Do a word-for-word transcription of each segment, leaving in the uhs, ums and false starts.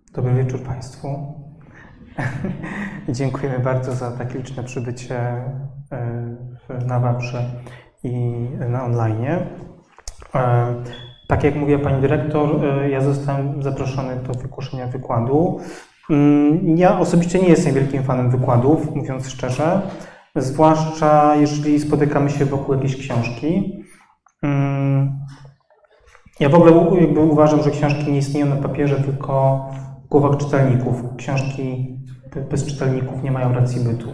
Dobry wieczór Państwu. Dziękujemy bardzo za tak liczne przybycie na Wabrze i na online. Tak jak mówiła Pani Dyrektor, ja zostałem zaproszony do wygłoszenia wykładu. Ja osobiście nie jestem wielkim fanem wykładów, mówiąc szczerze, zwłaszcza jeżeli spotykamy się wokół jakiejś książki. Ja w ogóle jakby uważam, że książki nie istnieją na papierze, tylko w głowach czytelników. Książki bez czytelników nie mają racji bytu.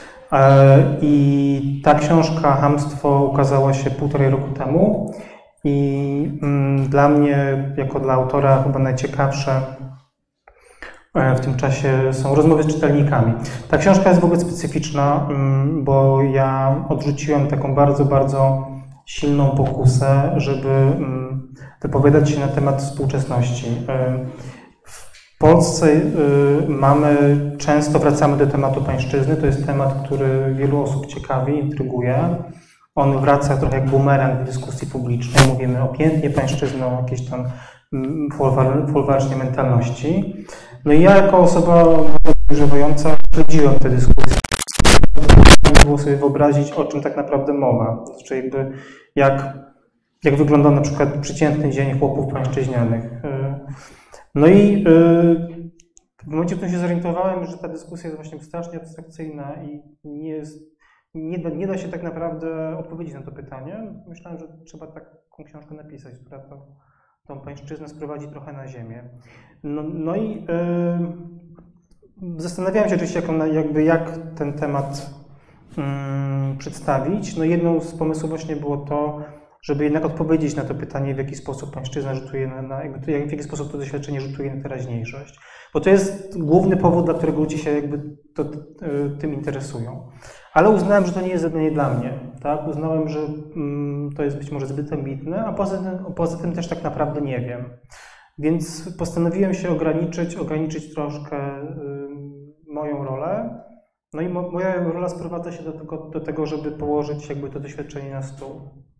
I ta książka Chamstwo ukazała się półtorej roku temu i dla mnie, jako dla autora, chyba najciekawsze w tym czasie są rozmowy z czytelnikami. Ta książka jest w ogóle specyficzna, bo ja odrzuciłem taką bardzo, bardzo silną pokusę, żeby wypowiadać się na temat współczesności. W Polsce mamy, często wracamy do tematu pańszczyzny. To jest temat, który wielu osób ciekawi, intryguje. On wraca trochę jak bumerang w dyskusji publicznej. Mówimy o piętnie pańszczyzny, o jakiejś tam folwarcznej mentalności. No i ja jako osoba dojrzewająca śledziłem te dyskusje. Można było sobie wyobrazić, o czym tak naprawdę mowa. Znaczy jakby jak, jak wygląda na przykład przeciętny dzień chłopów pańszczyźnianych. No i w momencie, w którym się zorientowałem, że ta dyskusja jest właśnie strasznie abstrakcyjna i nie, jest, nie, da, nie da się tak naprawdę odpowiedzieć na to pytanie, myślałem, że trzeba taką książkę napisać, która to, tą pańszczyznę sprowadzi trochę na ziemię. No, no i yy, zastanawiałem się oczywiście, jak, on, jakby jak ten temat yy, przedstawić. No jedną z pomysłów właśnie było to, żeby jednak odpowiedzieć na to pytanie, w jaki sposób pańszczyzna rzutuje na, na jakby, w jaki sposób to doświadczenie rzutuje na teraźniejszość. Bo to jest główny powód, dla którego ludzie się jakby to, tym interesują. Ale uznałem, że to nie jest zadanie dla mnie. Tak? Uznałem, że mm, to jest być może zbyt ambitne, a poza tym, poza tym też tak naprawdę nie wiem. Więc postanowiłem się ograniczyć, ograniczyć troszkę y, moją rolę. No i mo, moja rola sprowadza się do tego, do tego, żeby położyć jakby to doświadczenie na stół.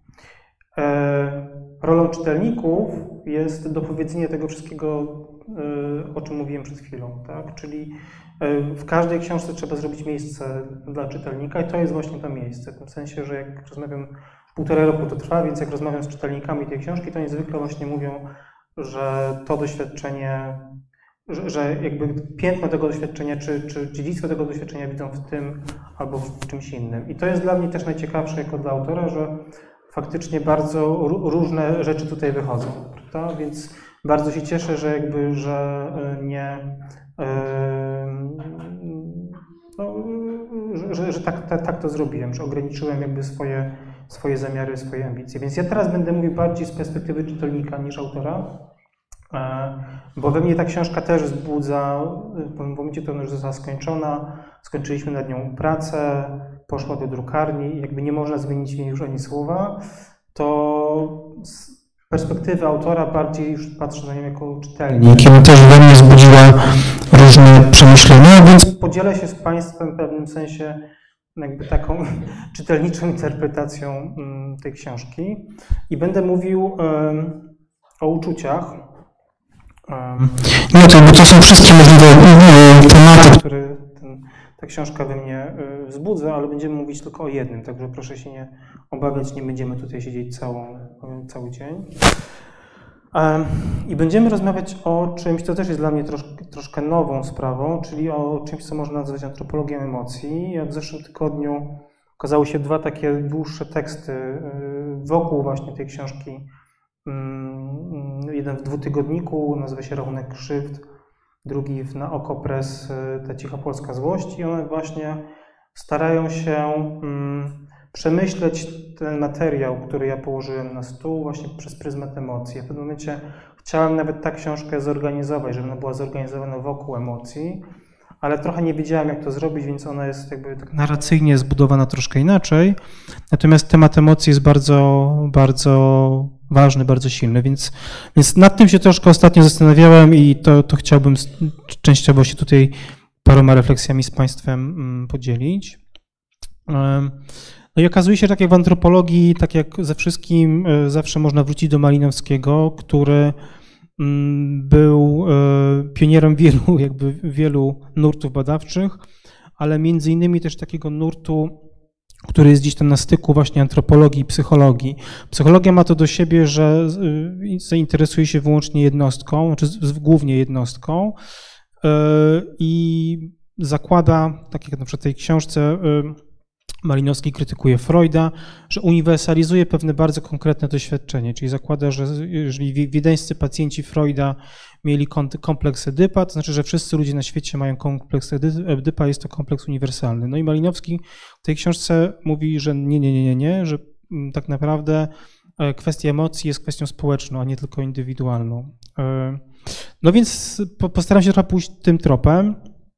Rolą czytelników jest dopowiedzenie tego wszystkiego, o czym mówiłem przed chwilą, tak? Czyli w każdej książce trzeba zrobić miejsce dla czytelnika i to jest właśnie to miejsce, w tym sensie, że jak rozmawiam, półtora roku to trwa, więc jak rozmawiam z czytelnikami tej książki, to niezwykle właśnie mówią, że to doświadczenie, że, że jakby piętno tego doświadczenia, czy, czy dziedzictwo tego doświadczenia widzą w tym albo w czymś innym. I to jest dla mnie też najciekawsze jako dla autora, że faktycznie bardzo różne rzeczy tutaj wychodzą, prawda? Więc bardzo się cieszę, że jakby, że nie, no, że, że tak, tak, tak to zrobiłem, że ograniczyłem jakby swoje, swoje zamiary, swoje ambicje. Więc ja teraz będę mówił bardziej z perspektywy czytelnika niż autora, bo we mnie ta książka też wzbudza, w momencie, to ona już została skończona, skończyliśmy nad nią pracę, poszła do drukarni i jakby nie można zmienić w niej już ani słowa, to z perspektywy autora bardziej już patrzę na nią jako czytelnik. I też we mnie wzbudziła różne przemyślenia, więc podzielę się z Państwem w pewnym sensie jakby taką czytelniczą interpretacją tej książki i będę mówił um, o uczuciach. Um, nie, to, bo to są wszystkie możliwe tematy, które ten, ta książka we mnie wzbudza, ale będziemy mówić tylko o jednym, także proszę się nie obawiać, nie będziemy tutaj siedzieć całą, cały dzień. Um, I będziemy rozmawiać o czymś, co też jest dla mnie troszkę, troszkę nową sprawą, czyli o czymś, co można nazwać antropologią emocji. Ja w zeszłym tygodniu ukazały się dwa takie dłuższe teksty wokół właśnie tej książki. Jeden w dwutygodniku, nazywa się Rachunek Krzywd, drugi na Oko Press, Ta cicha polska złość i one właśnie starają się um, przemyśleć ten materiał, który ja położyłem na stół właśnie przez pryzmat emocji. Ja w pewnym momencie chciałem nawet tę książkę zorganizować, żeby ona była zorganizowana wokół emocji, ale trochę nie wiedziałem, jak to zrobić, więc ona jest jakby tak narracyjnie zbudowana troszkę inaczej. Natomiast temat emocji jest bardzo, bardzo ważny, bardzo silny, więc, więc nad tym się troszkę ostatnio zastanawiałem i to, to chciałbym częściowo się tutaj paroma refleksjami z Państwem podzielić. No i okazuje się, że tak jak w antropologii, tak jak ze wszystkim, zawsze można wrócić do Malinowskiego, który był pionierem wielu, jakby wielu nurtów badawczych, ale między innymi też takiego nurtu, który jest gdzieś tam na styku właśnie antropologii i psychologii. Psychologia ma to do siebie, że zainteresuje się wyłącznie jednostką, czy głównie jednostką i zakłada, tak jak na przykład w tej książce Malinowski krytykuje Freuda, że uniwersalizuje pewne bardzo konkretne doświadczenie, czyli zakłada, że jeżeli wiedeńscy pacjenci Freuda mieli kompleks Edypa, to znaczy, że wszyscy ludzie na świecie mają kompleks Edypa, jest to kompleks uniwersalny. No i Malinowski w tej książce mówi, że nie, nie, nie, nie, nie, że tak naprawdę kwestia emocji jest kwestią społeczną, a nie tylko indywidualną. No więc postaram się trochę pójść tym tropem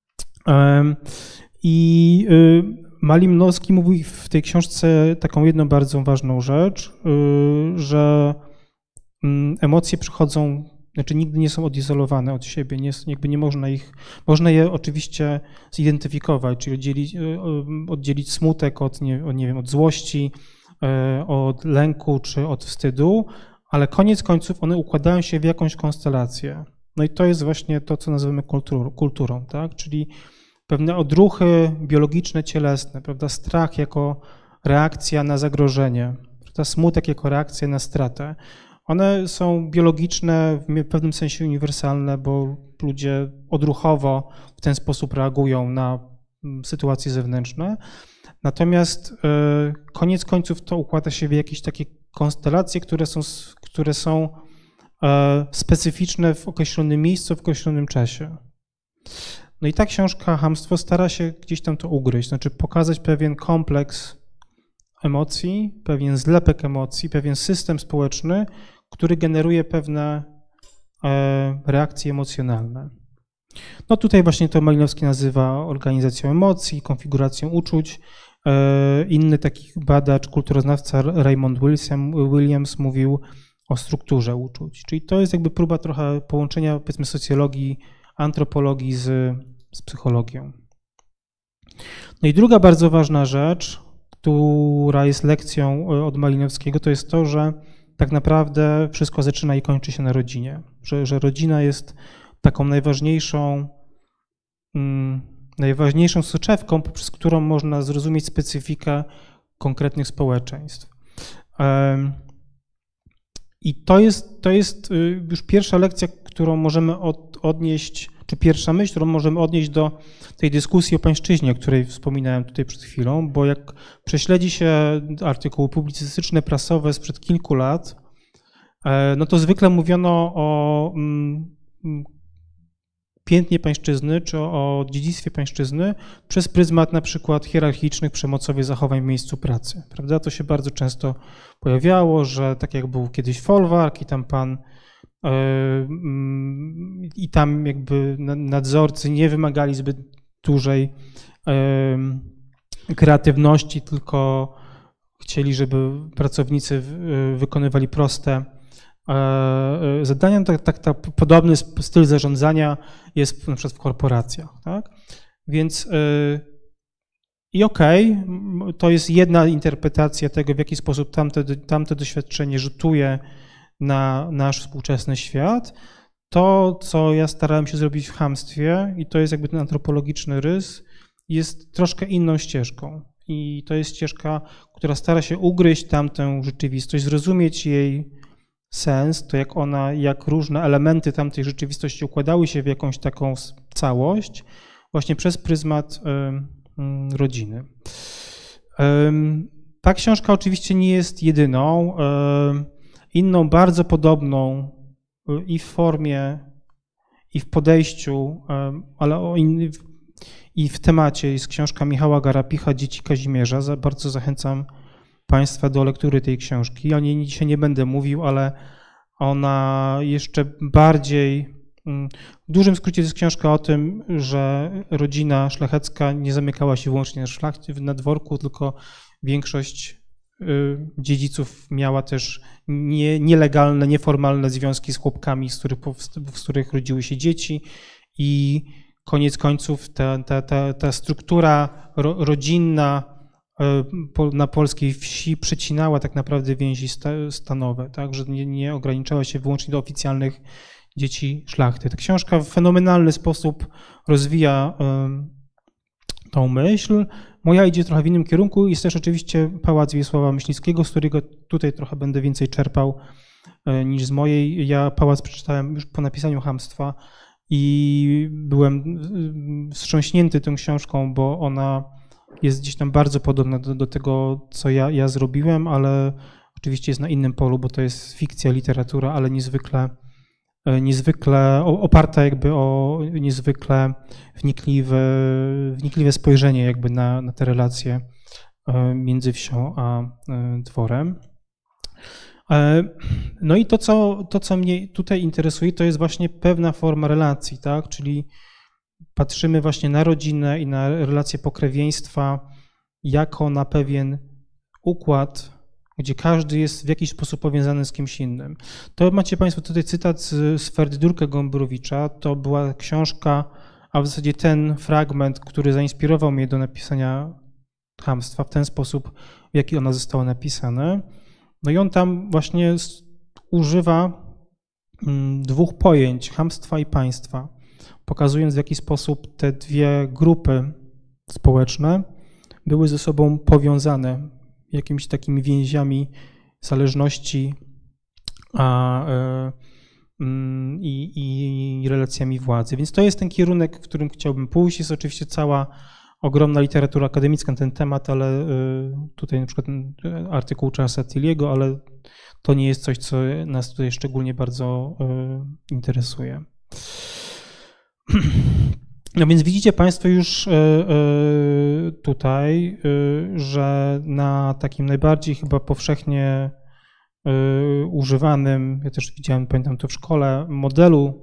i Malinowski mówi w tej książce taką jedną bardzo ważną rzecz, że emocje przychodzą, znaczy nigdy nie są odizolowane od siebie, nie, jakby nie można ich, można je oczywiście zidentyfikować, czyli oddzielić, oddzielić smutek od, nie, od, nie wiem, od złości, od lęku czy od wstydu, ale koniec końców one układają się w jakąś konstelację. No i to jest właśnie to, co nazywamy kulturą, kulturą, tak? Czyli pewne odruchy biologiczne, cielesne, prawda? Strach jako reakcja na zagrożenie, prawda? Smutek jako reakcja na stratę. One są biologiczne, w pewnym sensie uniwersalne, bo ludzie odruchowo w ten sposób reagują na sytuacje zewnętrzne. Natomiast koniec końców to układa się w jakieś takie konstelacje, które są, które są specyficzne w określonym miejscu, w określonym czasie. No i ta książka Chamstwo stara się gdzieś tam to ugryźć, znaczy pokazać pewien kompleks emocji, pewien zlepek emocji, pewien system społeczny, który generuje pewne reakcje emocjonalne. No tutaj właśnie to Malinowski nazywa organizacją emocji, konfiguracją uczuć. Inny taki badacz, kulturoznawca Raymond Williams mówił o strukturze uczuć. Czyli to jest jakby próba trochę połączenia, powiedzmy, socjologii, antropologii z, z psychologią. No i druga bardzo ważna rzecz, która jest lekcją od Malinowskiego, to jest to, że tak naprawdę wszystko zaczyna i kończy się na rodzinie. Że, że rodzina jest taką najważniejszą, mm, najważniejszą soczewką, poprzez którą można zrozumieć specyfikę konkretnych społeczeństw. Um, I to jest, to jest już pierwsza lekcja, którą możemy od, odnieść, czy pierwsza myśl, którą możemy odnieść do tej dyskusji o pańszczyźnie, o której wspominałem tutaj przed chwilą, bo jak prześledzi się artykuły publicystyczne, prasowe sprzed kilku lat, no to zwykle mówiono o mm, piętnie pańszczyzny, czy o dziedzictwie pańszczyzny przez pryzmat na przykład hierarchicznych, przemocowych zachowań w miejscu pracy. Prawda? To się bardzo często pojawiało, że tak jak był kiedyś folwark i tam pan yy, yy, i tam jakby nadzorcy nie wymagali zbyt dużej yy, kreatywności, tylko chcieli, żeby pracownicy wykonywali proste zadania. Tak, tak, tak, podobny styl zarządzania jest na przykład w korporacjach. Tak? Więc yy, i okej, okay, to jest jedna interpretacja tego, w jaki sposób tamte, tamte doświadczenie rzutuje na nasz współczesny świat. To, co ja starałem się zrobić w Chamstwie, i to jest jakby ten antropologiczny rys, jest troszkę inną ścieżką. I to jest ścieżka, która stara się ugryźć tamtę rzeczywistość, zrozumieć jej sens, to jak ona, jak różne elementy tamtej rzeczywistości układały się w jakąś taką całość, właśnie przez pryzmat y, rodziny. Y, ta książka oczywiście nie jest jedyną. Y, inną, bardzo podobną y, i w formie, i w podejściu, y, ale o in, i w temacie jest książka Michała Garapicha Dzieci Kazimierza. Za, bardzo zachęcam Państwa do lektury tej książki. O niej dzisiaj nie będę mówił, ale ona jeszcze bardziej, w dużym skrócie to jest książka o tym, że rodzina szlachecka nie zamykała się wyłącznie na szlachcie, na dworku, tylko większość dziedziców miała też nie, nielegalne, nieformalne związki z chłopkami, z których, z których rodziły się dzieci i koniec końców ta, ta, ta, ta struktura ro, rodzinna na polskiej wsi przecinała tak naprawdę więzi stanowe, tak, że nie, nie ograniczała się wyłącznie do oficjalnych dzieci szlachty. Ta książka w fenomenalny sposób rozwija tą myśl. Moja idzie trochę w innym kierunku. Jest też oczywiście Pałac Wiesława Myślickiego, z którego tutaj trochę będę więcej czerpał niż z mojej. Ja Pałac przeczytałem już po napisaniu Chamstwa i byłem wstrząśnięty tą książką, bo ona jest gdzieś tam bardzo podobna do, do tego, co ja, ja zrobiłem, ale oczywiście jest na innym polu, bo to jest fikcja, literatura, ale niezwykle, niezwykle oparta jakby o niezwykle wnikliwe, wnikliwe spojrzenie jakby na, na te relacje między wsią a dworem. No i to co, to, co mnie tutaj interesuje, to jest właśnie pewna forma relacji, tak? Czyli patrzymy właśnie na rodzinę i na relacje pokrewieństwa jako na pewien układ, gdzie każdy jest w jakiś sposób powiązany z kimś innym. To macie Państwo tutaj cytat z, z Ferdydurka Gombrowicza. To była książka, a w zasadzie ten fragment, który zainspirował mnie do napisania Chamstwa w ten sposób, w jaki ona została napisana. No i on tam właśnie używa dwóch pojęć, chamstwa i państwa, pokazując w jaki sposób te dwie grupy społeczne były ze sobą powiązane jakimiś takimi więziami zależności a, i, i relacjami władzy. Więc to jest ten kierunek, w którym chciałbym pójść. Jest oczywiście cała ogromna literatura akademicka na ten temat, ale tutaj na przykład artykuł Charlesa Tilly'ego, ale to nie jest coś, co nas tutaj szczególnie bardzo interesuje. No więc widzicie Państwo już tutaj, że na takim najbardziej chyba powszechnie używanym, ja też widziałem, pamiętam to w szkole, modelu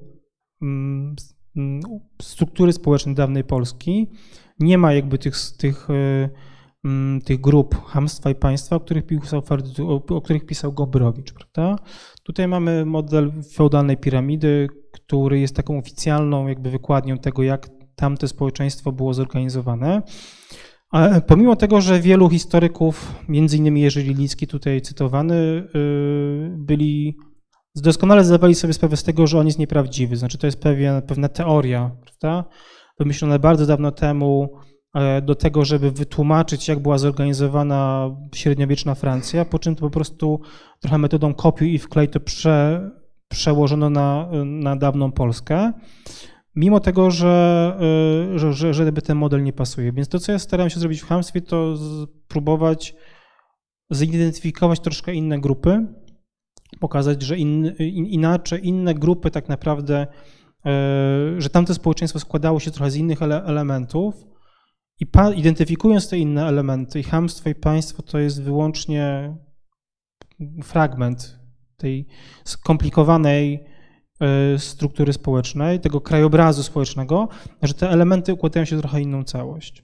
struktury społecznej dawnej Polski, nie ma jakby tych, tych, tych grup chamstwa i państwa, o których pisał, o których pisał Gombrowicz, prawda? Tutaj mamy model feudalnej piramidy, który jest taką oficjalną jakby wykładnią tego, jak tamte społeczeństwo było zorganizowane. A pomimo tego, że wielu historyków, między innymi Jerzy Lilicki tutaj cytowany, byli, doskonale zdawali sobie sprawę z tego, że on jest nieprawdziwy, znaczy to jest pewien, pewna teoria, prawda? Wymyślone bardzo dawno temu do tego, żeby wytłumaczyć, jak była zorganizowana średniowieczna Francja, po czym to po prostu trochę metodą kopiuj i wklej to prze, przełożono na, na dawną Polskę, mimo tego, że, że, że, że ten model nie pasuje. Więc to, co ja starałem się zrobić w chamstwie, to spróbować zidentyfikować troszkę inne grupy, pokazać, że in, in, inaczej, inne grupy tak naprawdę, że tamte społeczeństwo składało się trochę z innych ele, elementów i pa, identyfikując te inne elementy, i chamstwo i państwo to jest wyłącznie fragment tej skomplikowanej struktury społecznej, tego krajobrazu społecznego, że te elementy układają się w trochę inną całość.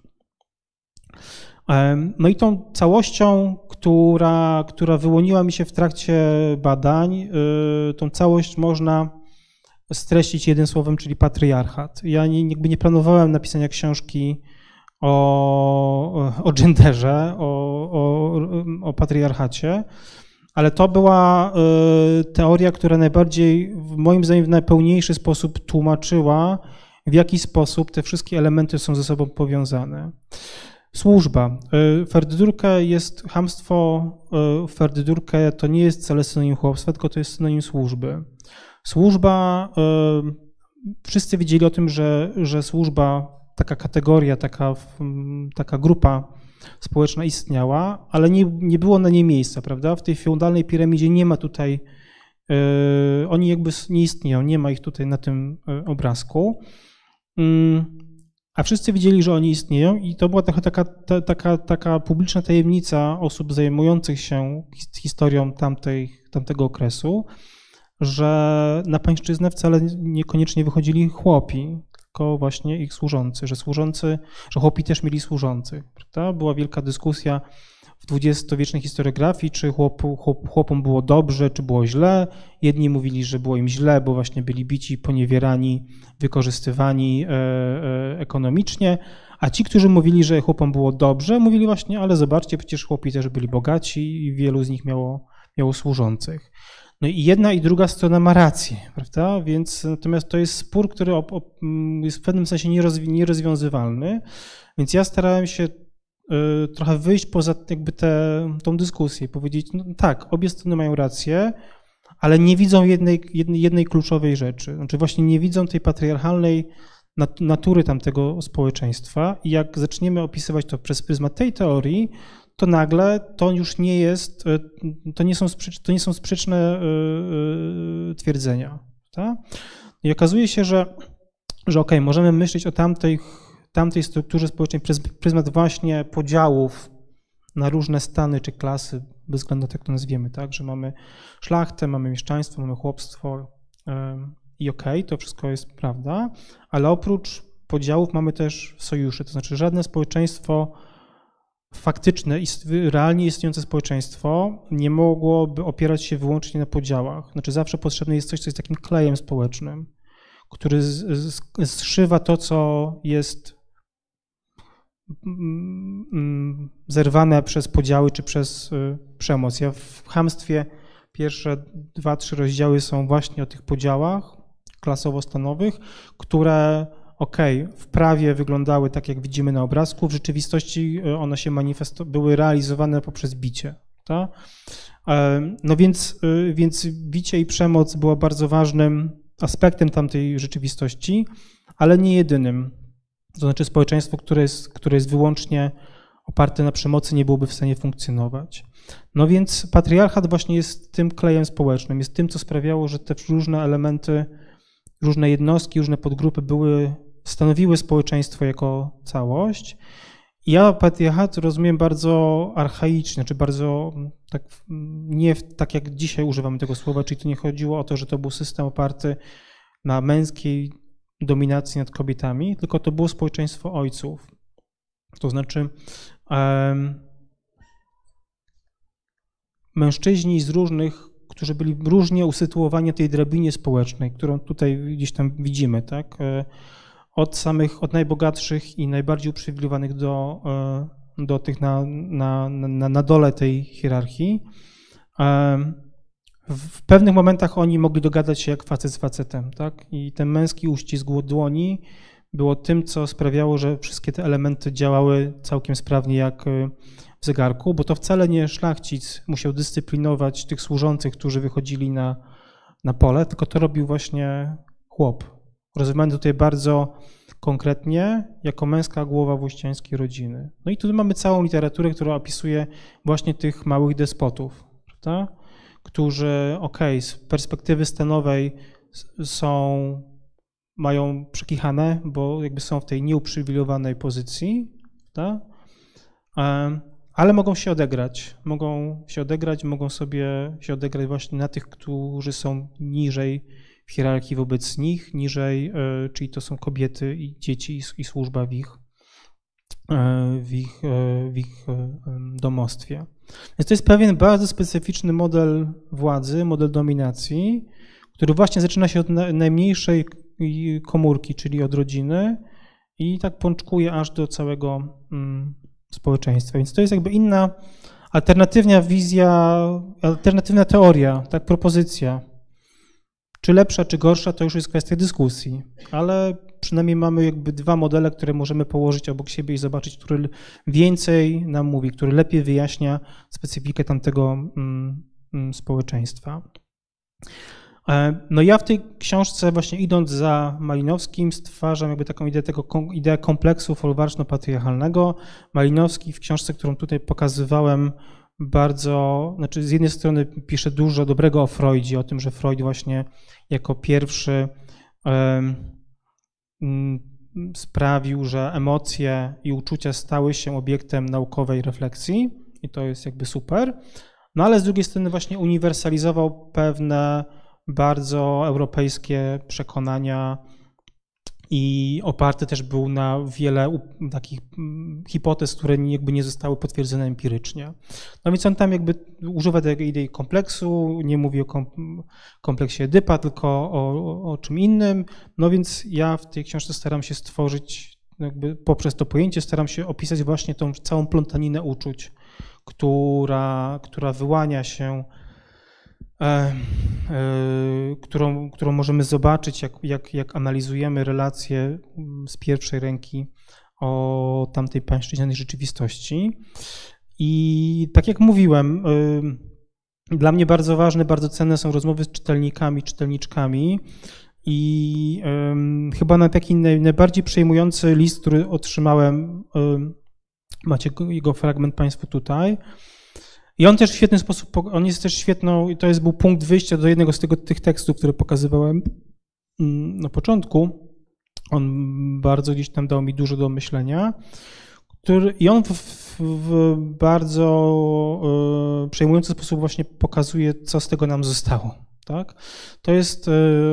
No i tą całością, która, która wyłoniła mi się w trakcie badań, tą całość można streścić jednym słowem, czyli patriarchat. Ja nie, jakby nie planowałem napisania książki o, o genderze, o, o, o patriarchacie, ale to była teoria, która najbardziej, moim zdaniem, w najpełniejszy sposób tłumaczyła, w jaki sposób te wszystkie elementy są ze sobą powiązane. Służba. Ferdydurka jest, chamstwo Ferdydurka to nie jest wcale synonim chłopstwa, tylko to jest synonim służby. Służba, wszyscy wiedzieli o tym, że, że służba, taka kategoria, taka, taka grupa społeczna istniała, ale nie, nie było na niej miejsca, prawda? W tej feudalnej piramidzie nie ma tutaj, yy, oni jakby nie istnieją, nie ma ich tutaj na tym obrazku, yy, a wszyscy wiedzieli, że oni istnieją i to była trochę taka, ta, taka, taka publiczna tajemnica osób zajmujących się historią tamtej, tamtego okresu, że na pańszczyznę wcale niekoniecznie wychodzili chłopi, tylko właśnie ich służący, że służący, że chłopi też mieli służących, prawda? Była wielka dyskusja w dwudziestowiecznej historiografii, czy chłop, chłop, chłopom było dobrze, czy było źle. Jedni mówili, że było im źle, bo właśnie byli bici, poniewierani, wykorzystywani e, e, ekonomicznie, a ci, którzy mówili, że chłopom było dobrze, mówili właśnie, ale zobaczcie, przecież chłopi też byli bogaci i wielu z nich miało, miało służących. No i jedna i druga strona ma rację, prawda? Więc natomiast to jest spór, który op, op, jest w pewnym sensie nierozwi, nierozwiązywalny, więc ja starałem się y, trochę wyjść poza jakby te, tą dyskusję, powiedzieć, no tak, obie strony mają rację, ale nie widzą jednej, jednej, jednej kluczowej rzeczy. Znaczy właśnie nie widzą tej patriarchalnej natury tamtego społeczeństwa i jak zaczniemy opisywać to przez pryzmat tej teorii, to nagle to już nie jest, to nie są, sprzecz, to nie są sprzeczne twierdzenia. Tak? I okazuje się, że, że okej, okay, możemy myśleć o tamtej, tamtej strukturze społecznej przez pryzmat właśnie podziałów na różne stany czy klasy, bez względu na to, jak to nazwiemy, tak? Że mamy szlachtę, mamy mieszczaństwo, mamy chłopstwo i okej, okay, to wszystko jest prawda, ale oprócz podziałów mamy też sojusze, to znaczy żadne społeczeństwo faktyczne, realnie istniejące społeczeństwo nie mogłoby opierać się wyłącznie na podziałach. Znaczy zawsze potrzebne jest coś, co jest takim klejem społecznym, który z, z, zszywa to, co jest zerwane przez podziały czy przez przemoc. Ja w Chamstwie pierwsze dwa, trzy rozdziały są właśnie o tych podziałach klasowo-stanowych, które okej, okay, w prawie wyglądały tak, jak widzimy na obrazku, w rzeczywistości one się manifestowały, były realizowane poprzez bicie. Tak? No więc, więc bicie i przemoc było bardzo ważnym aspektem tamtej rzeczywistości, ale nie jedynym. To znaczy społeczeństwo, które jest, które jest wyłącznie oparte na przemocy, nie byłoby w stanie funkcjonować. No więc patriarchat właśnie jest tym klejem społecznym, jest tym, co sprawiało, że te różne elementy, różne jednostki, różne podgrupy były, stanowiły społeczeństwo jako całość. I ja patriarchat rozumiem bardzo archaicznie, czy bardzo tak, nie tak jak dzisiaj używamy tego słowa, czyli tu nie chodziło o to, że to był system oparty na męskiej dominacji nad kobietami, tylko to było społeczeństwo ojców. To znaczy um, mężczyźni z różnych, którzy byli różnie usytuowani na tej drabinie społecznej, którą tutaj gdzieś tam widzimy, tak? Od samych, od najbogatszych i najbardziej uprzywilejowanych do, do tych na, na, na, na dole tej hierarchii. W pewnych momentach oni mogli dogadać się jak facet z facetem, tak? I ten męski uścisk dłoni było tym, co sprawiało, że wszystkie te elementy działały całkiem sprawnie jak w zegarku, bo to wcale nie szlachcic musiał dyscyplinować tych służących, którzy wychodzili na, na pole, tylko to robił właśnie chłop. Rozumiany tutaj bardzo konkretnie jako męska głowa włościańskiej rodziny. No i tu mamy całą literaturę, która opisuje właśnie tych małych despotów, prawda? Którzy, okej, okay, z perspektywy stanowej są, mają przekichane, bo jakby są w tej nieuprzywilejowanej pozycji, tak? Ale mogą się odegrać, mogą się odegrać, mogą sobie się odegrać właśnie na tych, którzy są niżej w hierarchii wobec nich, niżej, czyli to są kobiety i dzieci i służba w ich, w ich, w ich domostwie. Więc to jest pewien bardzo specyficzny model władzy, model dominacji, który właśnie zaczyna się od najmniejszej komórki, czyli od rodziny i tak pączkuje aż do całego społeczeństwa. Więc to jest jakby inna, alternatywna wizja, alternatywna teoria, tak, propozycja. Czy lepsza, czy gorsza, to już jest kwestia dyskusji, ale przynajmniej mamy jakby dwa modele, które możemy położyć obok siebie i zobaczyć, który więcej nam mówi, który lepiej wyjaśnia specyfikę tamtego mm, społeczeństwa. No ja w tej książce właśnie idąc za Malinowskim stwarzam jakby taką ideę tego ideę kompleksu folwarczno-patriarchalnego. Malinowski w książce, którą tutaj pokazywałem, bardzo, znaczy z jednej strony pisze dużo dobrego o Freudzie, o tym, że Freud właśnie jako pierwszy um, sprawił, że emocje i uczucia stały się obiektem naukowej refleksji i to jest jakby super, no ale z drugiej strony właśnie uniwersalizował pewne bardzo europejskie przekonania i oparty też był na wiele takich hipotez, które jakby nie zostały potwierdzone empirycznie. No więc on tam jakby używa tej idei kompleksu, nie mówi o kompleksie Edypa, tylko o, o, o czym innym. No więc ja w tej książce staram się stworzyć, jakby poprzez to pojęcie staram się opisać właśnie tą całą plątaninę uczuć, która, która wyłania się e, e, którą, którą możemy zobaczyć, jak, jak, jak analizujemy relacje z pierwszej ręki o tamtej pańszczyźnianej rzeczywistości. I tak jak mówiłem, e, dla mnie bardzo ważne, bardzo cenne są rozmowy z czytelnikami, czytelniczkami. I um, chyba na taki naj, najbardziej przejmujący list, który otrzymałem, um, macie jego fragment Państwo tutaj. I on też w świetny sposób, on jest też świetną, i to jest był punkt wyjścia do jednego z tego, tych tekstów, które pokazywałem um, na początku. On bardzo gdzieś tam dał mi dużo do myślenia. Który, I on w, w, w bardzo y, przejmujący sposób właśnie pokazuje, co z tego nam zostało. Tak? To jest y,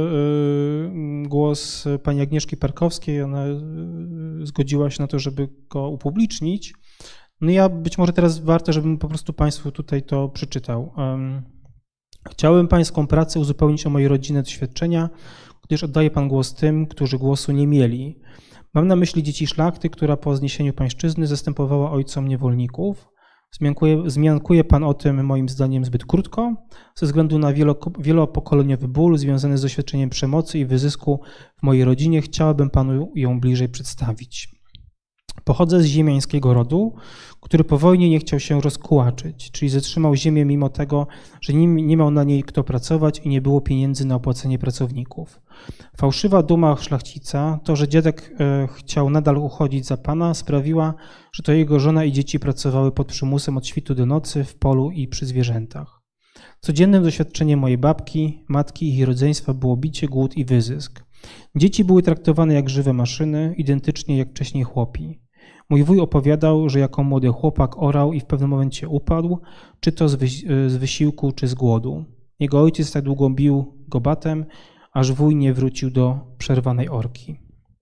y, głos pani Agnieszki Parkowskiej. Ona y, zgodziła się na to, żeby go upublicznić. No ja być może teraz warto, żebym po prostu Państwu tutaj to przeczytał. Um, Chciałem Pańską pracę uzupełnić o moje rodzinne doświadczenia, gdyż oddaje Pan głos tym, którzy głosu nie mieli. Mam na myśli dzieci szlachty, która po zniesieniu pańszczyzny zastępowała ojcom niewolników. Zmiankuje, zmiankuje Pan o tym moim zdaniem zbyt krótko, ze względu na wielo, wielopokoleniowy ból związany z doświadczeniem przemocy i wyzysku w mojej rodzinie. Chciałabym Panu ją bliżej przedstawić. Pochodzę z ziemiańskiego rodu, który po wojnie nie chciał się rozkułaczyć, czyli zatrzymał ziemię mimo tego, że nie, nie miał na niej kto pracować i nie było pieniędzy na opłacenie pracowników. Fałszywa duma szlachcica, to, że dziadek e, chciał nadal uchodzić za pana, sprawiła, że to jego żona i dzieci pracowały pod przymusem od świtu do nocy w polu i przy zwierzętach. Codziennym doświadczeniem mojej babki, matki i ich rodzeństwa było bicie, głód i wyzysk. Dzieci były traktowane jak żywe maszyny, identycznie jak wcześniej chłopi. Mój wuj opowiadał, że jako młody chłopak orał i w pewnym momencie upadł, czy to z, wysi z wysiłku, czy z głodu. Jego ojciec tak długo bił go batem, aż wuj nie wrócił do przerwanej orki.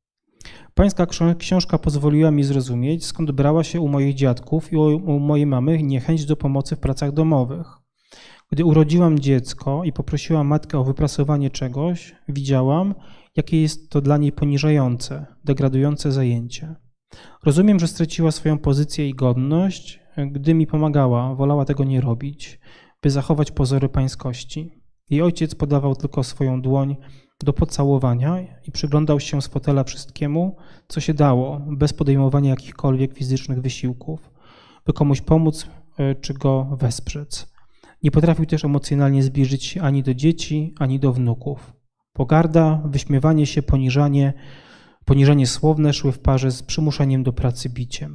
Pańska książka pozwoliła mi zrozumieć, skąd brała się u moich dziadków i u mojej mamy niechęć do pomocy w pracach domowych. Gdy urodziłam dziecko i poprosiłam matkę o wyprasowanie czegoś, widziałam, jakie jest to dla niej poniżające, degradujące zajęcie. Rozumiem, że straciła swoją pozycję i godność, gdy mi pomagała, wolała tego nie robić, by zachować pozory pańskości. Jej ojciec podawał tylko swoją dłoń do pocałowania i przyglądał się z fotela wszystkiemu, co się dało, bez podejmowania jakichkolwiek fizycznych wysiłków, by komuś pomóc czy go wesprzeć. Nie potrafił też emocjonalnie zbliżyć się ani do dzieci, ani do wnuków. Pogarda, wyśmiewanie się, poniżanie, poniżanie słowne szły w parze z przymuszaniem do pracy biciem.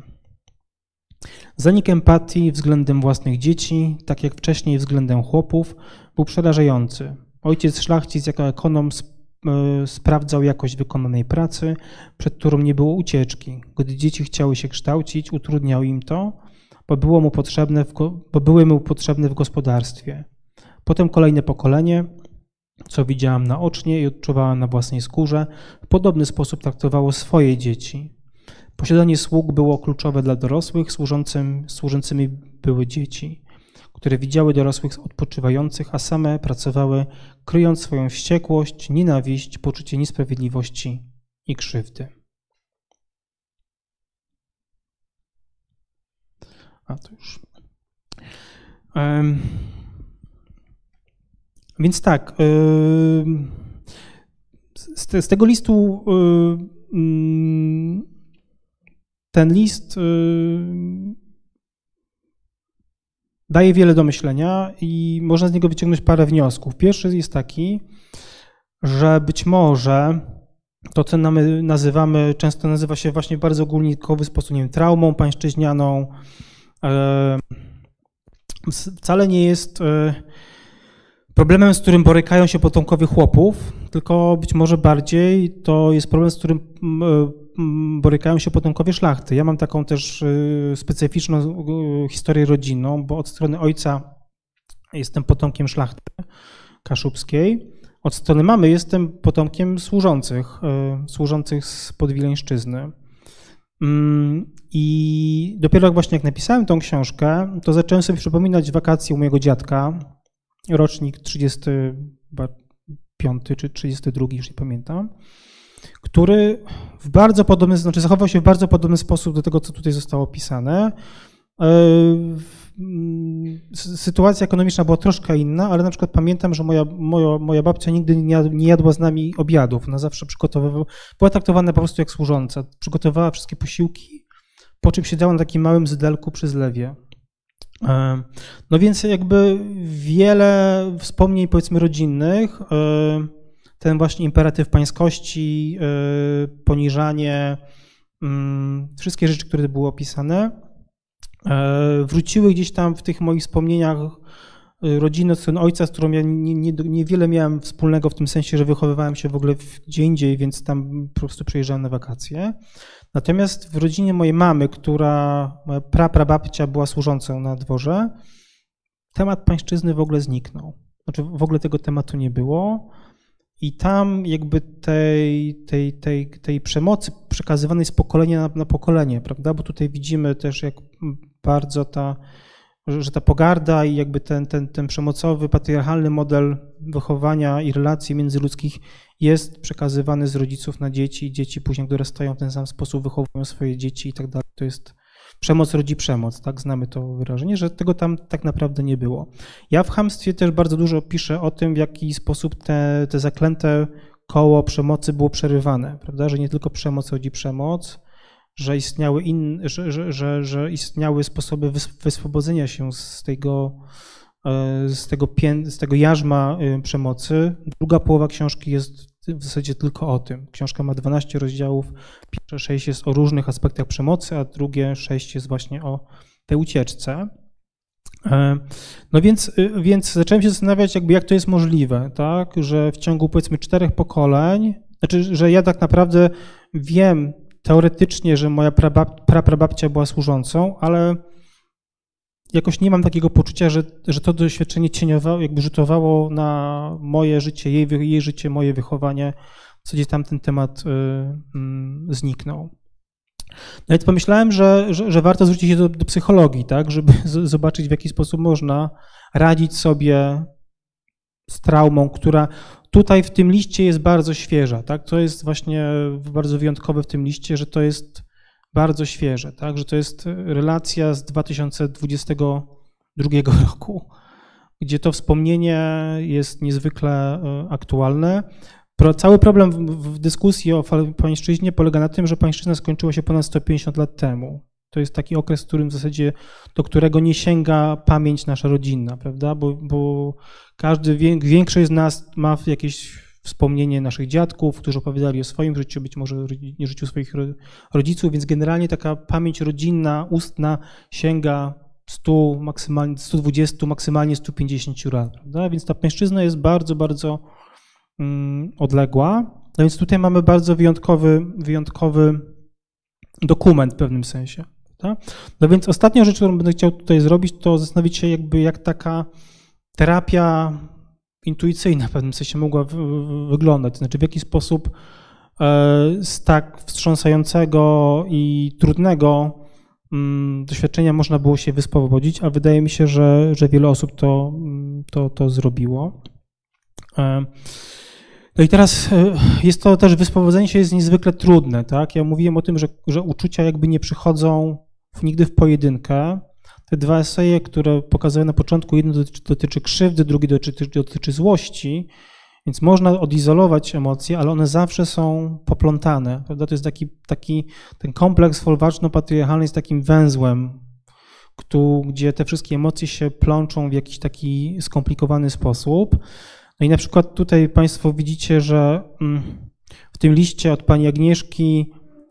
Zanik empatii względem własnych dzieci, tak jak wcześniej względem chłopów, był przerażający. Ojciec szlachcic jako ekonom sprawdzał jakość wykonanej pracy, przed którą nie było ucieczki. Gdy dzieci chciały się kształcić, utrudniał im to, bo, było mu potrzebne w, bo były mu potrzebne w gospodarstwie. Potem kolejne pokolenie, co widziałam naocznie i odczuwałam na własnej skórze, w podobny sposób traktowało swoje dzieci. Posiadanie sług było kluczowe dla dorosłych, służącym, służącymi były dzieci, które widziały dorosłych odpoczywających, a same pracowały, kryjąc swoją wściekłość, nienawiść, poczucie niesprawiedliwości i krzywdy. A to już. Um, więc tak, yy, z, te, z tego listu yy, ten list yy, daje wiele do myślenia i można z niego wyciągnąć parę wniosków. Pierwszy jest taki, że być może to, co my nazywamy, często nazywa się właśnie w bardzo ogólnikowy sposób, nie wiem, traumą pańszczyźnianą, wcale nie jest problemem, z którym borykają się potomkowie chłopów, tylko być może bardziej to jest problem, z którym borykają się potomkowie szlachty. Ja mam taką też specyficzną historię rodzinną, bo od strony ojca jestem potomkiem szlachty kaszubskiej, od strony mamy jestem potomkiem służących, służących z Podwileńszczyzny. I dopiero właśnie jak napisałem tą książkę, to zacząłem sobie przypominać wakacje u mojego dziadka, rocznik trzydziesty piąty czy trzydziesty drugi, już nie pamiętam, który w bardzo podobny, znaczy zachował się w bardzo podobny sposób do tego, co tutaj zostało opisane. sytuacja ekonomiczna była troszkę inna, ale na przykład pamiętam, że moja, moja, moja babcia nigdy nie jadła z nami obiadów. Ona zawsze przygotowywała, była traktowana po prostu jak służąca. Przygotowała wszystkie posiłki, po czym siedziała na takim małym zydelku przy zlewie. No więc jakby wiele wspomnień, powiedzmy, rodzinnych, ten właśnie imperatyw pańskości, poniżanie, wszystkie rzeczy, które były opisane, wróciły gdzieś tam w tych moich wspomnieniach rodziny od strony ojca, z którą ja nie, nie, niewiele miałem wspólnego w tym sensie, że wychowywałem się w ogóle gdzie indziej, więc tam po prostu przyjeżdżałem na wakacje. Natomiast w rodzinie mojej mamy, która, moja praprababcia była służącą na dworze, temat pańszczyzny w ogóle zniknął. Znaczy w ogóle tego tematu nie było i tam jakby tej, tej, tej, tej przemocy przekazywanej z pokolenia na, na pokolenie, prawda? Bo tutaj widzimy też, jak bardzo ta, że ta pogarda i jakby ten, ten, ten przemocowy, patriarchalny model wychowania i relacji międzyludzkich jest przekazywany z rodziców na dzieci, dzieci później dorastają w ten sam sposób, wychowują swoje dzieci i tak dalej. To jest przemoc rodzi przemoc, tak? Znamy to wyrażenie, że tego tam tak naprawdę nie było. Ja w Chamstwie też bardzo dużo piszę o tym, w jaki sposób te, te zaklęte koło przemocy było przerywane, prawda? Że nie tylko przemoc rodzi przemoc, że istniały, in, że, że, że, że istniały sposoby wyswobodzenia się z tego, z tego, pię, z tego jarzma przemocy. Druga połowa książki jest w zasadzie tylko o tym. Książka ma dwanaście rozdziałów, pierwsze sześć jest o różnych aspektach przemocy, a drugie sześć jest właśnie o tej ucieczce. No więc, więc zacząłem się zastanawiać, jakby jak to jest możliwe, tak? Że w ciągu powiedzmy czterech pokoleń, znaczy, że ja tak naprawdę wiem teoretycznie, że moja prabab, praprababcia była służącą, ale jakoś nie mam takiego poczucia, że, że to doświadczenie cieniowało, jakby rzutowało na moje życie, jej, jej życie, moje wychowanie, w zasadzie tam ten temat y, y, zniknął. No więc pomyślałem, że, że, że warto zwrócić się do, do psychologii, tak, żeby z, zobaczyć, w jaki sposób można radzić sobie z traumą, która tutaj w tym liście jest bardzo świeża, tak? To jest właśnie bardzo wyjątkowe w tym liście, że to jest bardzo świeże, tak? Że to jest relacja z dwa tysiące dwudziestego drugiego roku, gdzie to wspomnienie jest niezwykle aktualne. Cały problem w, w dyskusji o pańszczyźnie polega na tym, że pańszczyzna skończyła się ponad sto pięćdziesiąt lat temu. To jest taki okres, w którym w zasadzie, do którego nie sięga pamięć nasza rodzinna, prawda? Bo, bo każdy, większość z nas ma jakieś wspomnienie naszych dziadków, którzy opowiadali o swoim życiu, być może nie życiu swoich rodziców, więc generalnie taka pamięć rodzinna, ustna sięga stu, maksymalnie stu dwudziestu, maksymalnie stu pięćdziesięciu lat, prawda? Więc ta pańszczyzna jest bardzo, bardzo um, odległa. No więc tutaj mamy bardzo wyjątkowy, wyjątkowy dokument w pewnym sensie. No więc ostatnią rzecz, którą będę chciał tutaj zrobić, to zastanowić się, jakby jak taka terapia intuicyjna w pewnym sensie mogła wyglądać. To znaczy, w jaki sposób z tak wstrząsającego i trudnego doświadczenia można było się wyswobodzić, a wydaje mi się, że, że wiele osób to, to, to zrobiło. No i teraz jest to też, wyswobodzenie się jest niezwykle trudne, tak? Ja mówiłem o tym, że, że uczucia jakby nie przychodzą nigdy w pojedynkę. Te dwa eseje, które pokazuję na początku, jedno dotyczy, dotyczy krzywdy, drugi dotyczy, dotyczy złości, więc można odizolować emocje, ale one zawsze są poplątane, prawda? To jest taki, taki ten kompleks folwarczno-patriarchalny jest takim węzłem, gdzie te wszystkie emocje się plączą w jakiś taki skomplikowany sposób. No i na przykład tutaj Państwo widzicie, że w tym liście od pani Agnieszki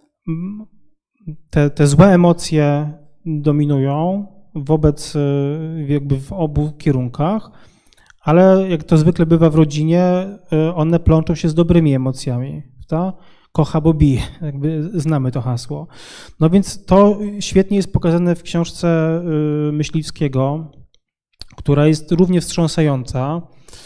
te, te złe emocje dominują wobec, jakby w obu kierunkach, ale jak to zwykle bywa w rodzinie, one plączą się z dobrymi emocjami, prawda? Kocha, bo bije, jakby znamy to hasło. No więc to świetnie jest pokazane w książce Myśliwskiego, która jest równie wstrząsająca.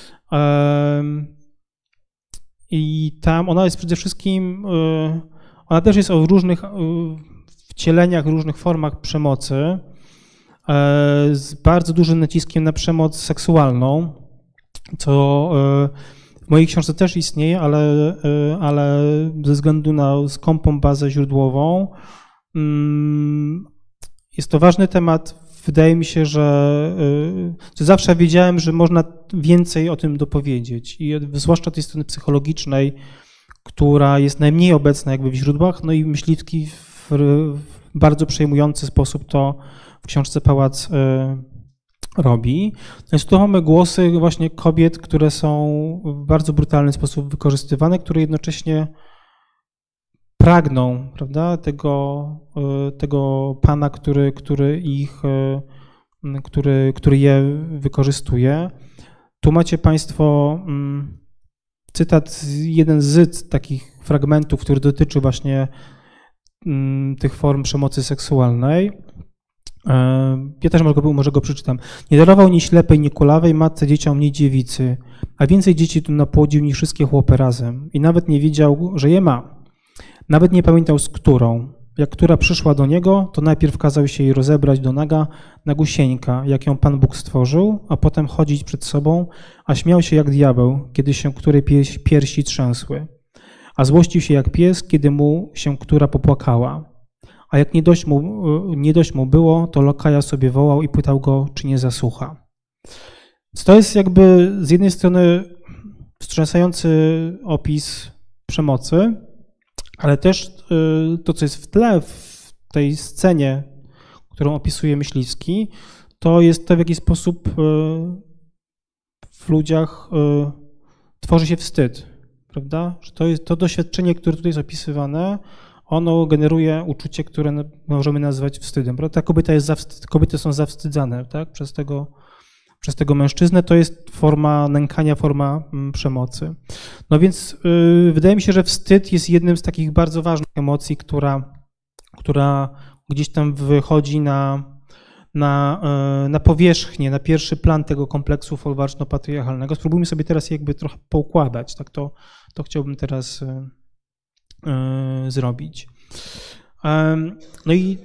I tam ona jest przede wszystkim, ona też jest o różnych wcieleniach, różnych formach przemocy, z bardzo dużym naciskiem na przemoc seksualną, co w mojej książce też istnieje, ale, ale ze względu na skąpą bazę źródłową jest to ważny temat wydaje mi się, że y, zawsze wiedziałem, że można więcej o tym dopowiedzieć i zwłaszcza tej strony psychologicznej, która jest najmniej obecna jakby w źródłach, no i Myśliwski w, w bardzo przejmujący sposób to w książce Pałac y, robi. Więc tu mamy głosy właśnie kobiet, które są w bardzo brutalny sposób wykorzystywane, które jednocześnie pragną, prawda, tego, tego pana, który, który ich, który, który je wykorzystuje. Tu macie Państwo cytat, jeden z takich fragmentów, który dotyczy właśnie tych form przemocy seksualnej. Ja też może go, może go przeczytam. Nie darował ni ślepej, ni kulawej matce dzieciom, ni dziewicy, a więcej dzieci tu napłodził niż wszystkie chłopy razem i nawet nie wiedział, że je ma. Nawet nie pamiętał z którą. Jak która przyszła do niego, to najpierw kazał się jej rozebrać do naga na gusieńka, jak ją Pan Bóg stworzył, a potem chodzić przed sobą, a śmiał się jak diabeł, kiedy się której piersi trzęsły. A złościł się jak pies, kiedy mu się która popłakała. A jak nie dość mu, nie dość mu było, to lokaja sobie wołał i pytał go, czy nie zasłucha. Więc to jest jakby z jednej strony wstrząsający opis przemocy, ale też to, co jest w tle w tej scenie, którą opisuje Myśliwski, to jest to, w jaki sposób w ludziach tworzy się wstyd, prawda? Że to jest to doświadczenie, które tutaj jest opisywane, ono generuje uczucie, które możemy nazwać wstydem. Prawda? Ta kobieta jest zawstyd, kobiety są zawstydzane, tak? przez, tego, przez tego mężczyznę. To jest forma nękania, forma przemocy. No więc yy, wydaje mi się, że wstyd jest jednym z takich bardzo ważnych emocji, która, która gdzieś tam wychodzi na, na, yy, na powierzchnię, na pierwszy plan tego kompleksu folwarczno-patriarchalnego. Spróbujmy sobie teraz jakby trochę poukładać. Tak? To, to chciałbym teraz Yy, zrobić. No i,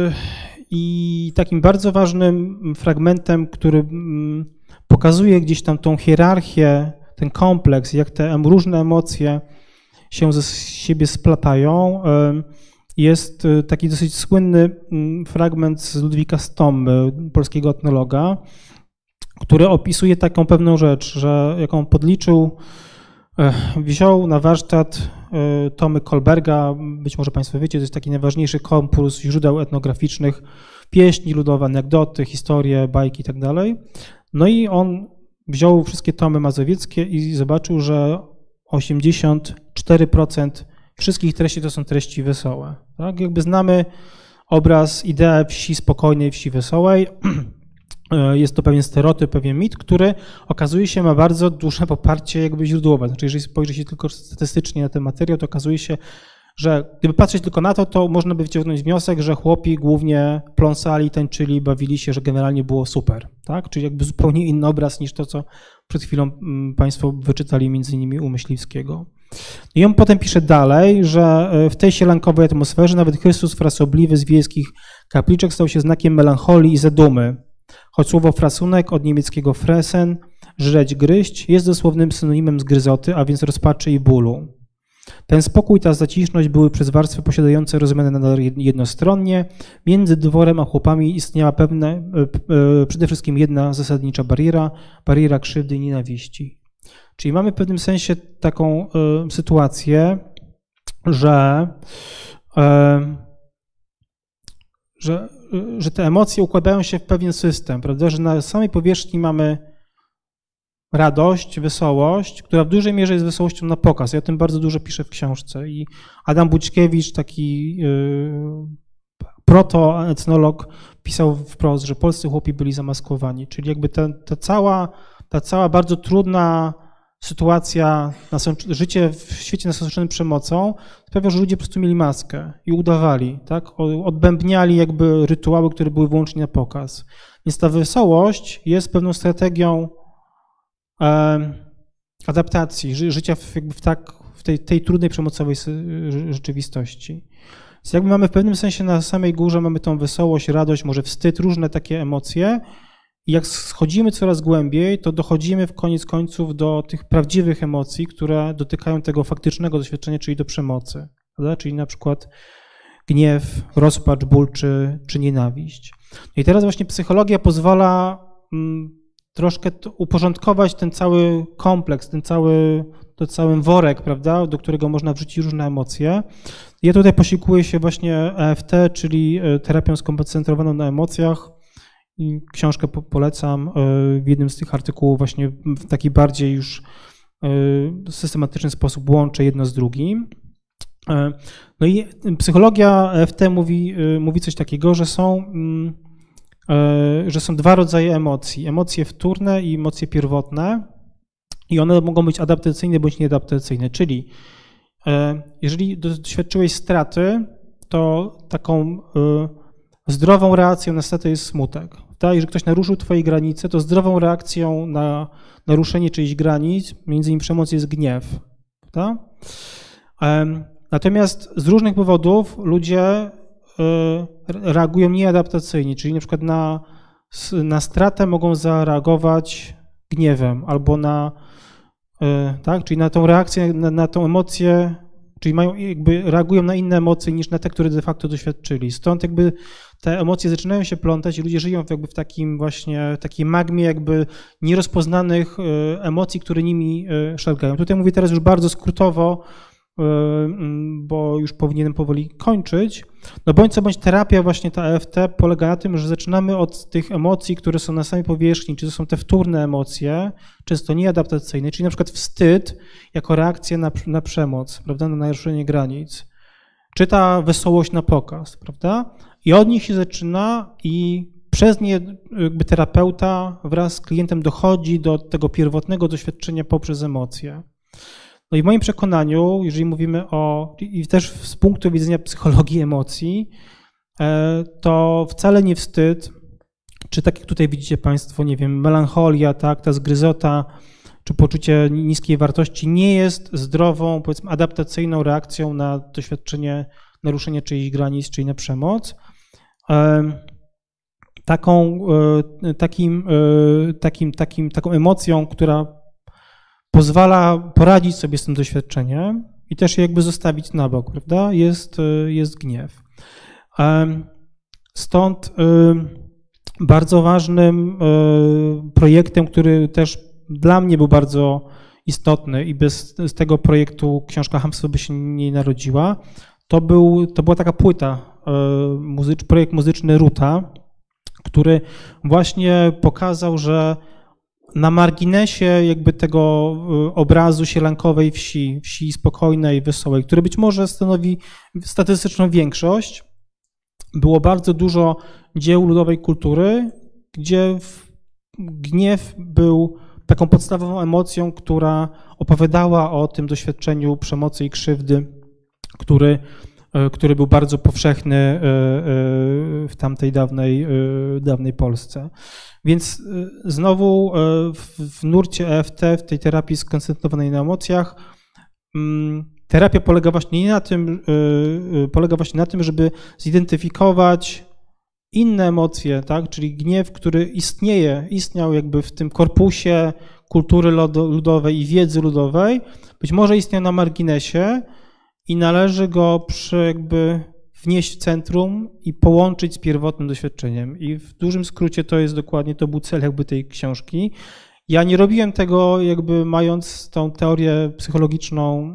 i takim bardzo ważnym fragmentem, który pokazuje gdzieś tam tą hierarchię, ten kompleks, jak te różne emocje się ze siebie splatają, jest taki dosyć słynny fragment z Ludwika Stommy, polskiego etnologa, który opisuje taką pewną rzecz, że jak on podliczył, wziął na warsztat tomy Kolberga, być może Państwo wiecie, to jest taki najważniejszy korpus źródeł etnograficznych, pieśni ludowe, anegdoty, historie, bajki i tak dalej. No i on wziął wszystkie tomy mazowieckie i zobaczył, że osiemdziesiąt cztery procent wszystkich treści to są treści wesołe. Tak? Jakby znamy obraz, ideę wsi spokojnej, wsi wesołej. Jest to pewien stereotyp, pewien mit, który okazuje się ma bardzo duże poparcie jakby źródłowe. Znaczy, jeżeli spojrzy się tylko statystycznie na ten materiał, to okazuje się, że gdyby patrzeć tylko na to, to można by wyciągnąć wniosek, że chłopi głównie pląsali, tańczyli, bawili się, że generalnie było super. Tak? Czyli jakby zupełnie inny obraz niż to, co przed chwilą Państwo wyczytali między innymi u Myśliwskiego. I on potem pisze dalej, że w tej sielankowej atmosferze nawet Chrystus frasobliwy z wiejskich kapliczek stał się znakiem melancholii i zadumy. Choć słowo frasunek od niemieckiego fresen, żreć, gryźć, jest dosłownym synonimem zgryzoty, a więc rozpaczy i bólu. Ten spokój, ta zaciszność były przez warstwy posiadające rozumiane nadal jednostronnie. Między dworem a chłopami istniała pewne, przede wszystkim jedna zasadnicza bariera, bariera krzywdy i nienawiści. Czyli mamy w pewnym sensie taką sytuację, że, że że te emocje układają się w pewien system, prawda? Że na samej powierzchni mamy radość, wesołość, która w dużej mierze jest wesołością na pokaz. Ja o tym bardzo dużo piszę w książce. I Adam Bućkiewicz, taki yy, proto-etnolog, pisał wprost, że polscy chłopi byli zamaskowani. Czyli jakby ta, ta, cała, ta cała bardzo trudna sytuacja, życie w świecie nasączonym przemocą sprawia, że ludzie po prostu mieli maskę i udawali, tak? Odbębniali jakby rytuały, które były wyłącznie na pokaz. Więc ta wesołość jest pewną strategią e, adaptacji, ży, życia w, jakby w, tak, w tej, tej trudnej, przemocowej rzeczywistości. Więc jakby mamy w pewnym sensie na samej górze mamy tą wesołość, radość, może wstyd, różne takie emocje. I jak schodzimy coraz głębiej, to dochodzimy w koniec końców do tych prawdziwych emocji, które dotykają tego faktycznego doświadczenia, czyli do przemocy. Prawda? Czyli na przykład gniew, rozpacz, ból czy, czy nienawiść. I teraz właśnie psychologia pozwala troszkę uporządkować ten cały kompleks, ten cały, ten cały worek, prawda, do którego można wrzucić różne emocje. Ja tutaj posiłkuję się właśnie E F T, czyli terapią skoncentrowaną na emocjach. I książkę polecam w jednym z tych artykułów właśnie w taki bardziej już systematyczny sposób łączę jedno z drugim. No i psychologia E F T mówi, mówi coś takiego, że są, że są dwa rodzaje emocji. Emocje wtórne i emocje pierwotne i one mogą być adaptacyjne bądź nieadaptacyjne, czyli jeżeli doświadczyłeś straty, to taką zdrową reakcją na stratę jest smutek. Tak? Jeżeli ktoś naruszył twoje granice, to zdrową reakcją na naruszenie czyichś granic, między innymi przemoc, jest gniew. Tak? Natomiast z różnych powodów ludzie reagują nieadaptacyjnie, czyli na przykład na, na stratę mogą zareagować gniewem albo na, tak, czyli na tą reakcję, na, na tą emocję, czyli mają, jakby reagują na inne emocje niż na te, które de facto doświadczyli. Stąd jakby te emocje zaczynają się plątać i ludzie żyją jakby w takim właśnie, takiej magmie jakby nierozpoznanych emocji, które nimi szargają. Tutaj mówię teraz już bardzo skrótowo, bo już powinienem powoli kończyć. No bądź co bądź terapia właśnie ta E F T polega na tym, że zaczynamy od tych emocji, które są na samej powierzchni, czy to są te wtórne emocje, często nieadaptacyjne, czyli na przykład wstyd jako reakcja na, na przemoc, prawda, na naruszenie granic, czy ta wesołość na pokaz, prawda? I od nich się zaczyna i przez nie jakby terapeuta wraz z klientem dochodzi do tego pierwotnego doświadczenia poprzez emocje. No i w moim przekonaniu, jeżeli mówimy o, i też z punktu widzenia psychologii emocji, to wcale nie wstyd, czy tak jak tutaj widzicie Państwo, nie wiem, melancholia, tak, ta zgryzota, czy poczucie niskiej wartości nie jest zdrową, powiedzmy, adaptacyjną reakcją na doświadczenie naruszenia czyichś granic, czyli na przemoc. Taką, takim, takim, takim, taką emocją, która pozwala poradzić sobie z tym doświadczeniem i też je jakby zostawić na bok, prawda? Jest, jest gniew. Stąd bardzo ważnym projektem, który też dla mnie był bardzo istotny i bez z tego projektu książka Hamstwo by się nie narodziła, to, był, to była taka płyta, muzycz, projekt muzyczny Ruta, który właśnie pokazał, że na marginesie jakby tego obrazu sielankowej wsi, wsi spokojnej, wesołej, który być może stanowi statystyczną większość, było bardzo dużo dzieł ludowej kultury, gdzie gniew był taką podstawową emocją, która opowiadała o tym doświadczeniu przemocy i krzywdy, który, który był bardzo powszechny w tamtej dawnej, dawnej Polsce. Więc znowu w nurcie E F T, w tej terapii skoncentrowanej na emocjach, terapia polega właśnie nie na tym, polega właśnie na tym, żeby zidentyfikować inne emocje, tak? Czyli gniew, który istnieje, istniał jakby w tym korpusie kultury ludowej i wiedzy ludowej, być może istniał na marginesie i należy go przy jakby wnieść w centrum i połączyć z pierwotnym doświadczeniem. I w dużym skrócie to jest dokładnie, to był cel jakby tej książki. Ja nie robiłem tego jakby mając tą teorię psychologiczną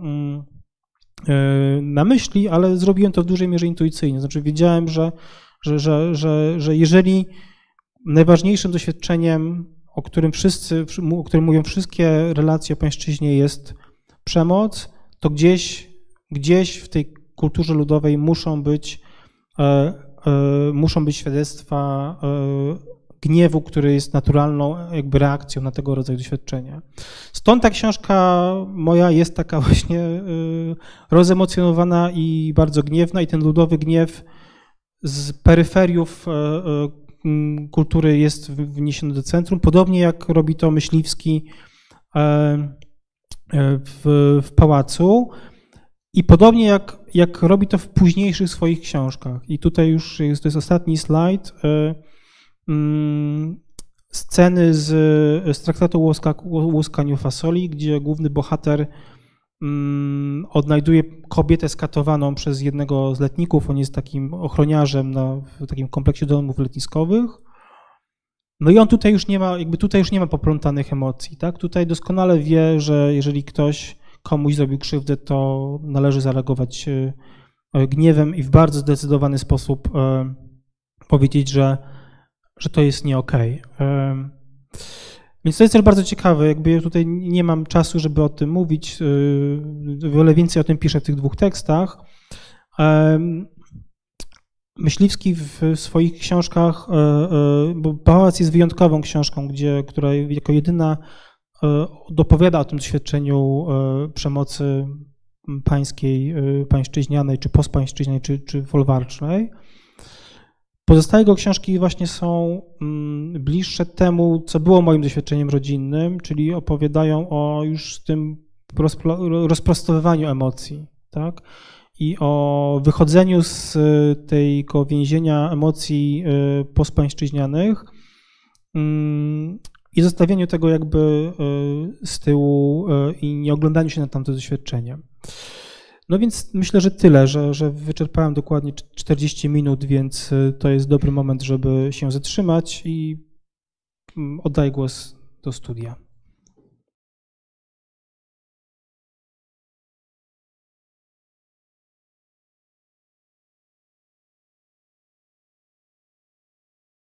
na myśli, ale zrobiłem to w dużej mierze intuicyjnie. Znaczy wiedziałem, że, że, że, że, że jeżeli najważniejszym doświadczeniem, o którym wszyscy, o którym mówią wszystkie relacje o pańszczyźnie, jest przemoc, to gdzieś, gdzieś w tej kulturze ludowej muszą być, e, e, muszą być świadectwa e, gniewu, który jest naturalną jakby reakcją na tego rodzaju doświadczenia. Stąd ta książka moja jest taka właśnie e, rozemocjonowana i bardzo gniewna i ten ludowy gniew z peryferiów e, e, kultury jest wniesiony do centrum, podobnie jak robi to Myśliwski e, e, w, w Pałacu. I podobnie jak, jak robi to w późniejszych swoich książkach. I tutaj już jest, to jest ostatni slajd. Sceny z, z traktatu o łuskaniu fasoli, gdzie główny bohater odnajduje kobietę skatowaną przez jednego z letników, on jest takim ochroniarzem na, w takim kompleksie domów letniskowych. No i on tutaj już nie ma, jakby tutaj już nie ma poplątanych emocji, tak? Tutaj doskonale wie, że jeżeli ktoś komuś zrobił krzywdę, to należy zareagować gniewem i w bardzo zdecydowany sposób powiedzieć, że, że to jest nie okej. Więc to jest też bardzo ciekawe, jakby ja tutaj nie mam czasu, żeby o tym mówić, wiele więcej o tym piszę w tych dwóch tekstach. Myśliwski w swoich książkach, bo Pałac jest wyjątkową książką, gdzie, która jako jedyna dopowiada o tym doświadczeniu przemocy pańskiej, pańszczyźnianej, czy postpańszczyźnianej, czy, czy folwarcznej. Pozostałe jego książki właśnie są bliższe temu, co było moim doświadczeniem rodzinnym, czyli opowiadają o już tym rozprostowywaniu emocji, tak? I o wychodzeniu z tego więzienia emocji postpańszczyźnianych i zostawieniu tego jakby z tyłu i nie oglądaniu się na tamte doświadczenie. No więc myślę, że tyle, że, że wyczerpałem dokładnie czterdzieści minut, więc to jest dobry moment, żeby się zatrzymać i oddaję głos do studia.